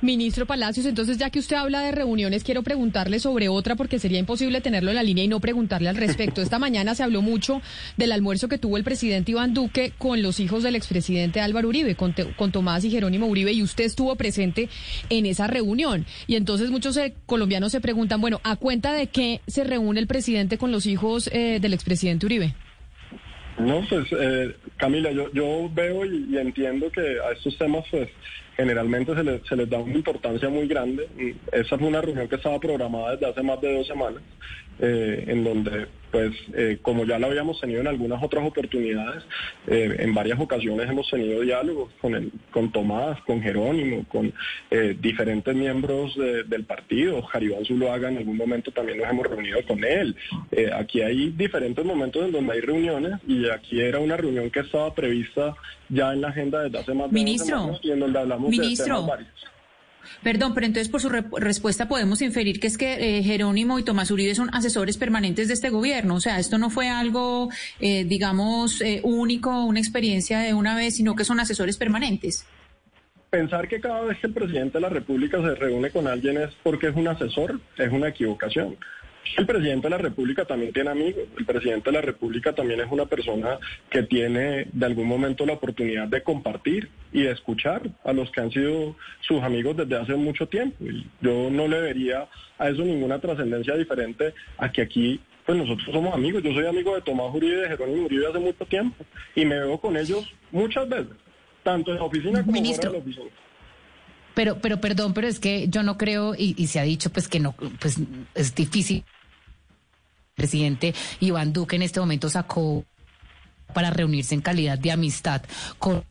Ministro Palacios, entonces ya que usted habla de reuniones, quiero preguntarle sobre otra porque sería imposible tenerlo en la línea y no preguntarle al respecto. Esta mañana se habló mucho del almuerzo que tuvo el presidente Iván Duque con los hijos del expresidente Álvaro Uribe, con Tomás y Jerónimo Uribe, y usted estuvo presente en esa reunión. Y entonces muchos colombianos se preguntan, bueno, ¿a cuenta de qué se reúne el presidente con los hijos del expresidente Uribe? No, pues Camila, yo veo y entiendo que a estos temas pues generalmente se les da una importancia muy grande. Esa fue una reunión que estaba programada desde hace más de 2 semanas, en donde pues como ya la habíamos tenido en algunas otras oportunidades, en varias ocasiones hemos tenido diálogos con Tomás, con Jerónimo, con diferentes miembros del partido. Jaribán Zuluaga en algún momento también nos hemos reunido con él. Aquí hay diferentes momentos en donde hay reuniones y aquí era una reunión que estaba prevista ya en la agenda desde hace más de 2 semanas y en donde hablamos de temas varios. Perdón, pero entonces por su respuesta podemos inferir que es que Jerónimo y Tomás Uribe son asesores permanentes de este gobierno. O sea, esto no fue algo, único, una experiencia de una vez, sino que son asesores permanentes. Pensar que cada vez que el presidente de la República se reúne con alguien es porque es un asesor, es una equivocación. El presidente de la República también tiene amigos, el presidente de la República también es una persona que tiene de algún momento la oportunidad de compartir y de escuchar a los que han sido sus amigos desde hace mucho tiempo. Y yo no le vería a eso ninguna trascendencia diferente a que aquí pues nosotros somos amigos. Yo soy amigo de Tomás Uribe y de Jerónimo Uribe hace mucho tiempo y me veo con ellos muchas veces, tanto en la oficina como fuera de la oficina. Pero perdón, pero es que yo no creo, y se ha dicho pues que no, pues es difícil. El presidente Iván Duque en este momento sacó para reunirse en calidad de amistad con...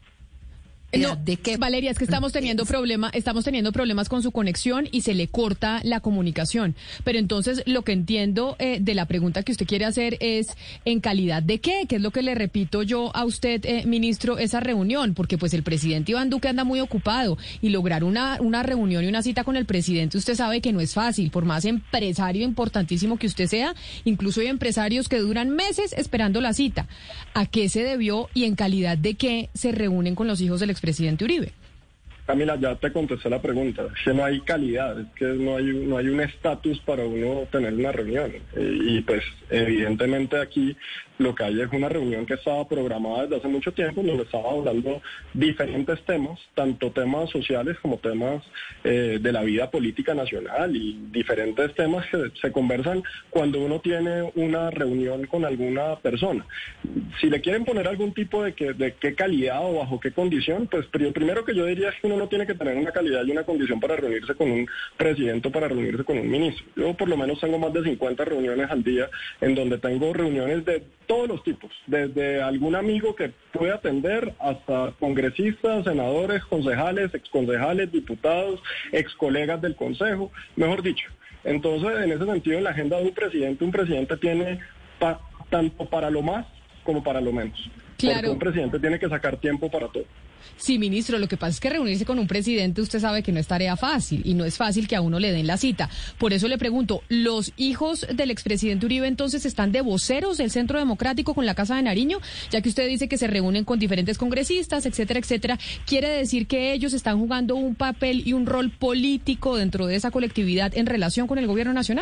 No, ¿de qué? Valeria, es que estamos teniendo problemas con su conexión y se le corta la comunicación. Pero entonces lo que entiendo de la pregunta que usted quiere hacer es ¿en calidad de qué? Que es lo que le repito yo a usted, ministro, esa reunión, porque pues el presidente Iván Duque anda muy ocupado y lograr una reunión y una cita con el presidente usted sabe que no es fácil, por más empresario importantísimo que usted sea, incluso hay empresarios que duran meses esperando la cita. ¿A qué se debió y en calidad de qué se reúnen con los hijos del expresidente Uribe? Camila, ya te contesté la pregunta. Es que no hay calidad, es que no hay un estatus para uno tener una reunión. Y pues evidentemente aquí lo que hay es una reunión que estaba programada desde hace mucho tiempo, donde estaba hablando diferentes temas, tanto temas sociales como temas de la vida política nacional y diferentes temas que se conversan cuando uno tiene una reunión con alguna persona. Si le quieren poner algún tipo de qué calidad o bajo qué condición, pues primero que yo diría es que uno no tiene que tener una calidad y una condición para reunirse con un presidente o para reunirse con un ministro. Yo por lo menos tengo más de 50 reuniones al día en donde tengo reuniones de todos los tipos, desde algún amigo que puede atender hasta congresistas, senadores, concejales, exconcejales, diputados, excolegas del consejo, mejor dicho. Entonces, en ese sentido, en la agenda de un presidente tiene tanto para lo más como para lo menos. Claro. Porque un presidente tiene que sacar tiempo para todo. Sí, ministro, lo que pasa es que reunirse con un presidente usted sabe que no es tarea fácil y no es fácil que a uno le den la cita. Por eso le pregunto, ¿los hijos del expresidente Uribe entonces están de voceros del Centro Democrático con la Casa de Nariño? Ya que usted dice que se reúnen con diferentes congresistas, etcétera, etcétera. ¿Quiere decir que ellos están jugando un papel y un rol político dentro de esa colectividad en relación con el gobierno nacional?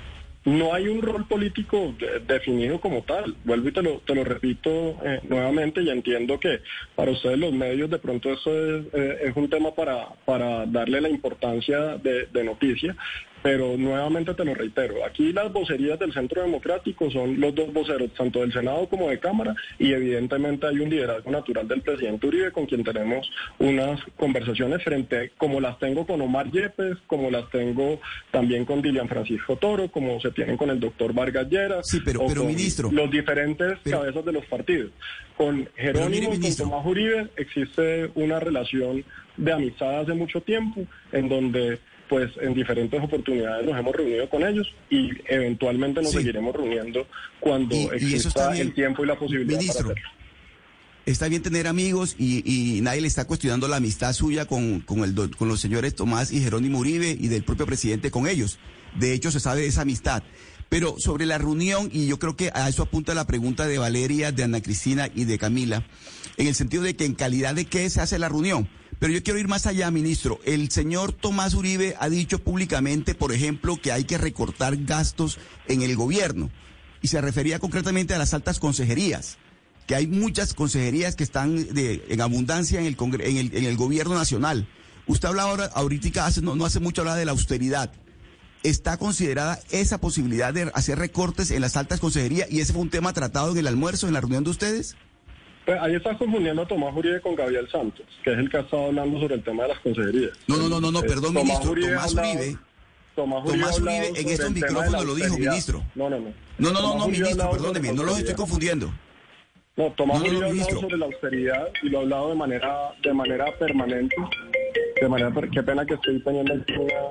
No hay un rol político definido como tal. Vuelvo y te lo repito nuevamente, y entiendo que para ustedes los medios de pronto eso es un tema para darle la importancia de noticia, pero nuevamente te lo reitero, aquí las vocerías del Centro Democrático son los dos voceros, tanto del Senado como de Cámara, y evidentemente hay un liderazgo natural del presidente Uribe con quien tenemos unas conversaciones como las tengo con Omar Yepes, como las tengo también con Dilian Francisco Toro, como se tienen con el doctor Vargas Lleras, sí, pero con ministro, los diferentes cabezas de los partidos. Con Jerónimo y con Tomás Uribe existe una relación de amistad hace mucho tiempo, en donde pues en diferentes oportunidades nos hemos reunido con ellos y eventualmente nos seguiremos reuniendo cuando exista el tiempo y la posibilidad, ministro, para hacerlo. Está bien tener amigos y nadie le está cuestionando la amistad suya con los señores Tomás y Jerónimo Uribe y del propio presidente con ellos. De hecho, se sabe de esa amistad. Pero sobre la reunión, y yo creo que a eso apunta la pregunta de Valeria, de Ana Cristina y de Camila, en el sentido de que en calidad de qué se hace la reunión. Pero yo quiero ir más allá, ministro. El señor Tomás Uribe ha dicho públicamente, por ejemplo, que hay que recortar gastos en el gobierno. Y se refería concretamente a las altas consejerías, que hay muchas consejerías que están en abundancia en el gobierno nacional. Usted hablaba ahorita, no hace mucho, hablaba de la austeridad. ¿Está considerada esa posibilidad de hacer recortes en las altas consejerías? ¿Y ese fue un tema tratado en el almuerzo, en la reunión de ustedes? Pues ahí estás confundiendo a Tomás Uribe con Gabriel Santos, que es el que ha estado hablando sobre el tema de las consejerías. No, perdón, ministro. Tomás Uribe en estos micrófonos lo dijo, ministro. No, ministro, perdóneme, no los estoy confundiendo. No, Tomás Uribe ha hablado sobre la austeridad y lo ha hablado de manera permanente. Qué pena que estoy teniendo aquí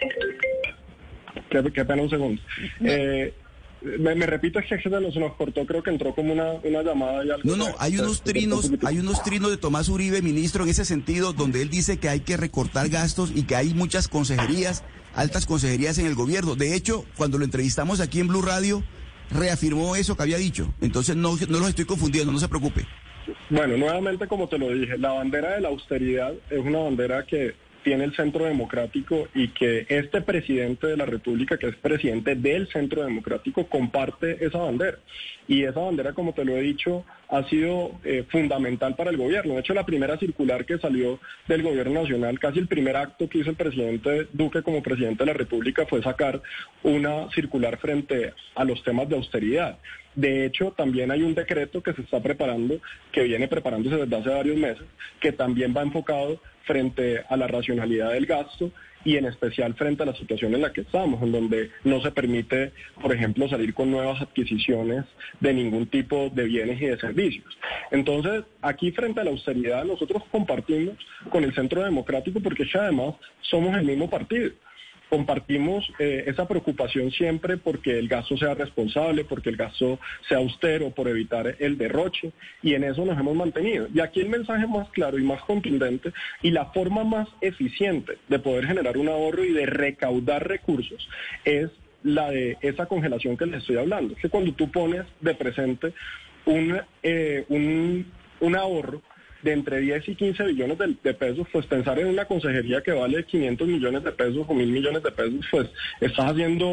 Qué pena, un segundo. Me repito, es que se nos cortó, creo que entró como una llamada y algo. No, hay unos trinos de Tomás Uribe, ministro, en ese sentido, donde él dice que hay que recortar gastos y que hay muchas consejerías, altas consejerías en el gobierno. De hecho, cuando lo entrevistamos aquí en Blue Radio, reafirmó eso que había dicho. Entonces no los estoy confundiendo, no se preocupe. Bueno, nuevamente, como te lo dije, la bandera de la austeridad es una bandera que tiene el Centro Democrático y que este presidente de la República, que es presidente del Centro Democrático, comparte esa bandera. Y esa bandera, como te lo he dicho, ha sido fundamental para el gobierno. De hecho, la primera circular que salió del gobierno nacional, casi el primer acto que hizo el presidente Duque como presidente de la República fue sacar una circular frente a los temas de austeridad. De hecho, también hay un decreto que se está preparando, que viene preparándose desde hace varios meses, que también va enfocado frente a la racionalidad del gasto y en especial frente a la situación en la que estamos, en donde no se permite, por ejemplo, salir con nuevas adquisiciones de ningún tipo de bienes y de servicios. Entonces, aquí frente a la austeridad, nosotros compartimos con el Centro Democrático porque es que además somos el mismo partido. Compartimos esa preocupación siempre porque el gasto sea responsable, porque el gasto sea austero, por evitar el derroche, y en eso nos hemos mantenido. Y aquí el mensaje más claro y más contundente y la forma más eficiente de poder generar un ahorro y de recaudar recursos es la de esa congelación que les estoy hablando. Es que cuando tú pones de presente un ahorro de entre 10 y 15 billones de pesos, pues pensar en una consejería que vale 500 millones de pesos o 1.000 millones de pesos, pues estás haciendo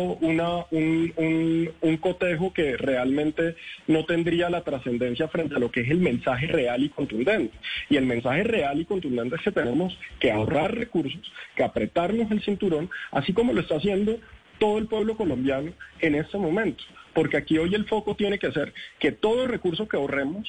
un cotejo que realmente no tendría la trascendencia frente a lo que es el mensaje real y contundente. Y el mensaje real y contundente es que tenemos que ahorrar recursos, que apretarnos el cinturón, así como lo está haciendo todo el pueblo colombiano en este momento. Porque aquí hoy el foco tiene que ser que todo recurso que ahorremos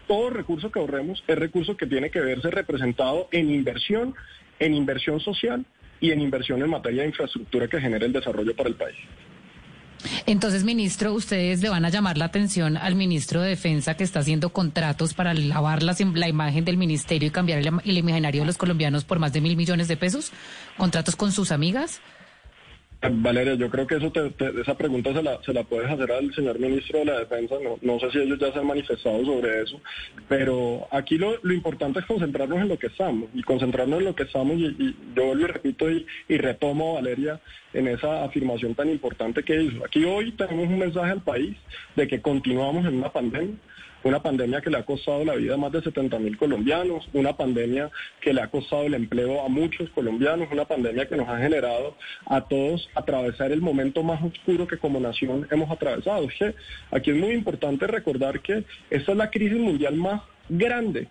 es recurso que tiene que verse representado en inversión social y en inversión en materia de infraestructura que genere el desarrollo para el país. Entonces, ministro, ustedes le van a llamar la atención al ministro de Defensa que está haciendo contratos para lavar la imagen del ministerio y cambiar el imaginario de los colombianos por más de 1.000 millones de pesos, contratos con sus amigas. Valeria, yo creo que esa pregunta se la puedes hacer al señor ministro de la Defensa. No sé si ellos ya se han manifestado sobre eso, pero aquí lo importante es concentrarnos en lo que estamos, y yo vuelvo y repito y retomo a Valeria en esa afirmación tan importante que hizo. Aquí hoy tenemos un mensaje al país de que continuamos en una pandemia que le ha costado la vida a más de 70.000 colombianos, una pandemia que le ha costado el empleo a muchos colombianos, una pandemia que nos ha generado a todos atravesar el momento más oscuro que como nación hemos atravesado. Aquí es muy importante recordar que esta es la crisis mundial más grande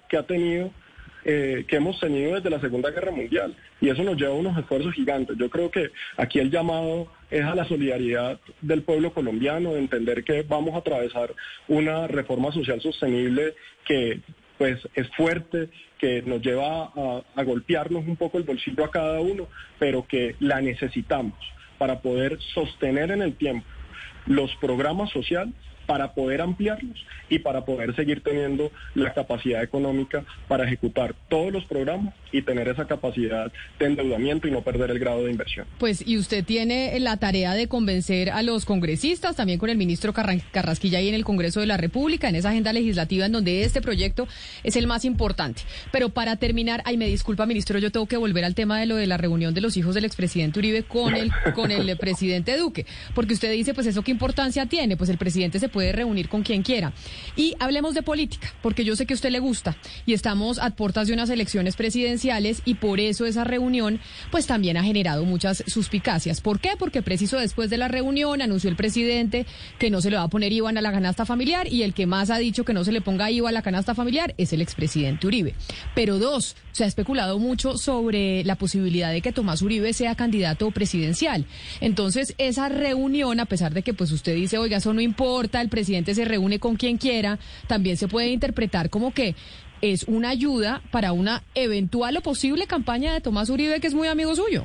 que hemos tenido desde la Segunda Guerra Mundial, y eso nos lleva a unos esfuerzos gigantes. Yo creo que aquí el llamado es a la solidaridad del pueblo colombiano, de entender que vamos a atravesar una reforma social sostenible que pues es fuerte, que nos lleva a golpearnos un poco el bolsillo a cada uno, pero que la necesitamos para poder sostener en el tiempo los programas sociales, para poder ampliarlos y para poder seguir teniendo la capacidad económica para ejecutar todos los programas y tener esa capacidad de endeudamiento y no perder el grado de inversión. Pues, y usted tiene la tarea de convencer a los congresistas, también con el ministro Carrasquilla ahí en el Congreso de la República, en esa agenda legislativa en donde este proyecto es el más importante. Pero para terminar, me disculpa, ministro, yo tengo que volver al tema de lo de la reunión de los hijos del expresidente Uribe con el presidente Duque, porque usted dice, pues eso qué importancia tiene, pues el presidente se puede puede reunir con quien quiera. Y hablemos de política, porque yo sé que a usted le gusta y estamos a puertas de unas elecciones presidenciales y por eso esa reunión pues también ha generado muchas suspicacias. ¿Por qué? Porque preciso después de la reunión anunció el presidente que no se le va a poner IVA a la canasta familiar y el que más ha dicho que no se le ponga IVA a la canasta familiar es el expresidente Uribe. Pero dos, se ha especulado mucho sobre la posibilidad de que Tomás Uribe sea candidato presidencial. Entonces, esa reunión, a pesar de que pues usted dice, oiga, eso no importa, el presidente se reúne con quien quiera, también se puede interpretar como que es una ayuda para una eventual o posible campaña de Tomás Uribe, que es muy amigo suyo.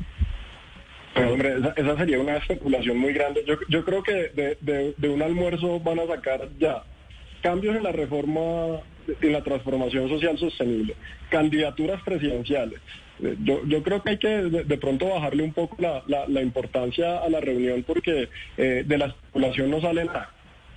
Pero, hombre, esa sería una especulación muy grande. Yo creo que de un almuerzo van a sacar ya cambios en la reforma, en la transformación social sostenible, candidaturas presidenciales. Yo creo que hay que de pronto bajarle un poco la importancia a la reunión porque de la especulación no sale nada.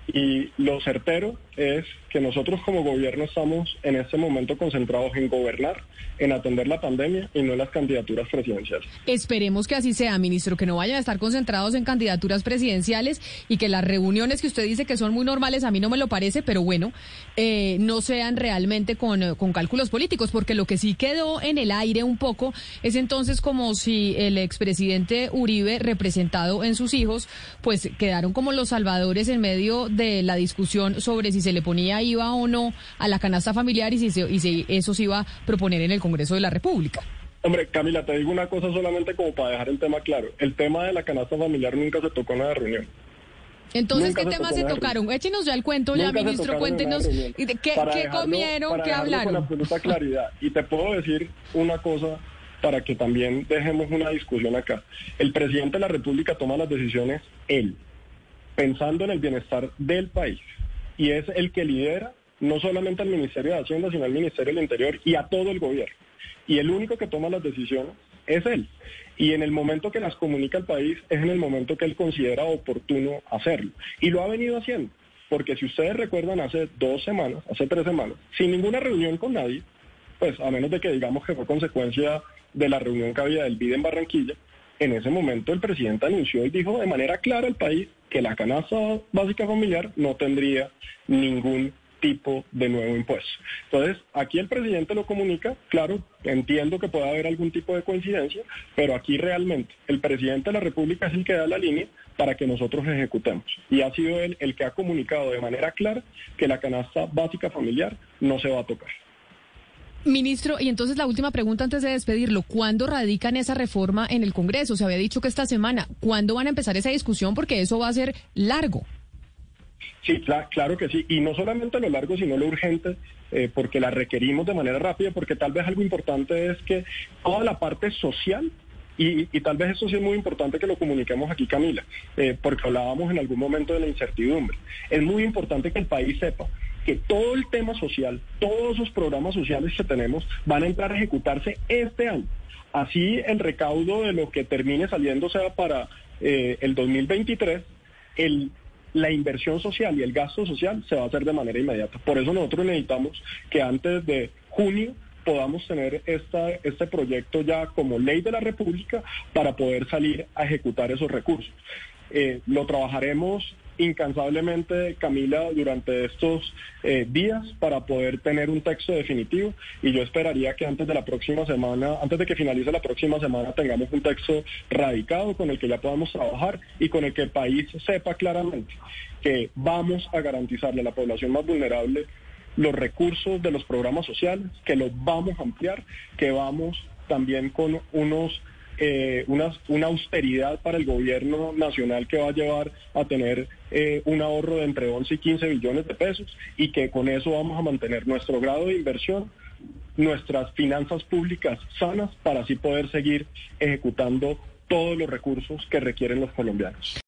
Y lo certero es que nosotros como gobierno estamos en este momento concentrados en gobernar, en atender la pandemia y no en las candidaturas presidenciales. Esperemos que así sea, ministro, que no vayan a estar concentrados en candidaturas presidenciales y que las reuniones que usted dice que son muy normales, a mí no me lo parece, pero bueno, no sean realmente con cálculos políticos, porque lo que sí quedó en el aire un poco es entonces como si el expresidente Uribe, representado en sus hijos, pues quedaron como los salvadores en medio de la discusión sobre si se le ponía IVA o no a la canasta familiar y si eso se iba a proponer en el Congreso de la República. Hombre, Camila, te digo una cosa solamente como para dejar el tema claro. El tema de la canasta familiar nunca se tocó en la reunión. Entonces, ¿qué temas se tocaron? Échenos ya el cuento, ya, ministro, cuéntenos qué comieron, qué hablaron. Con absoluta claridad. Y te puedo decir una cosa para que también dejemos una discusión acá. El presidente de la República toma las decisiones él, pensando en el bienestar del país. Y es el que lidera no solamente al Ministerio de Hacienda, sino al Ministerio del Interior y a todo el gobierno. Y el único que toma las decisiones es él. Y en el momento que las comunica al país, es en el momento que él considera oportuno hacerlo. Y lo ha venido haciendo. Porque si ustedes recuerdan, hace 3 semanas, sin ninguna reunión con nadie, pues a menos de que digamos que fue consecuencia de la reunión que había del BID en Barranquilla, en ese momento el presidente anunció y dijo de manera clara al país que la canasta básica familiar no tendría ningún tipo de nuevo impuesto. Entonces, aquí el presidente lo comunica, claro, entiendo que pueda haber algún tipo de coincidencia, pero aquí realmente el presidente de la República es el que da la línea para que nosotros ejecutemos. Y ha sido él el que ha comunicado de manera clara que la canasta básica familiar no se va a tocar. Ministro, y entonces la última pregunta antes de despedirlo, ¿cuándo radican esa reforma en el Congreso? Se había dicho que esta semana. ¿Cuándo van a empezar esa discusión? Porque eso va a ser largo. Sí, claro que sí, y no solamente lo largo, sino lo urgente, porque la requerimos de manera rápida, porque tal vez algo importante es que toda la parte social, y tal vez eso sí es muy importante que lo comuniquemos aquí, Camila, porque hablábamos en algún momento de la incertidumbre. Es muy importante que el país sepa que todo el tema social, todos esos programas sociales que tenemos van a entrar a ejecutarse este año. Así el recaudo de lo que termine saliendo sea para el 2023, la inversión social y el gasto social se va a hacer de manera inmediata. Por eso nosotros necesitamos que antes de junio podamos tener este proyecto ya como ley de la República para poder salir a ejecutar esos recursos. Lo trabajaremos incansablemente, Camila, durante estos días para poder tener un texto definitivo, y yo esperaría que antes de que finalice la próxima semana, tengamos un texto radicado con el que ya podamos trabajar y con el que el país sepa claramente que vamos a garantizarle a la población más vulnerable los recursos de los programas sociales, que los vamos a ampliar, que vamos también con una austeridad para el gobierno nacional que va a llevar a tener un ahorro de entre 11 y 15 billones de pesos, y que con eso vamos a mantener nuestro grado de inversión, nuestras finanzas públicas sanas, para así poder seguir ejecutando todos los recursos que requieren los colombianos.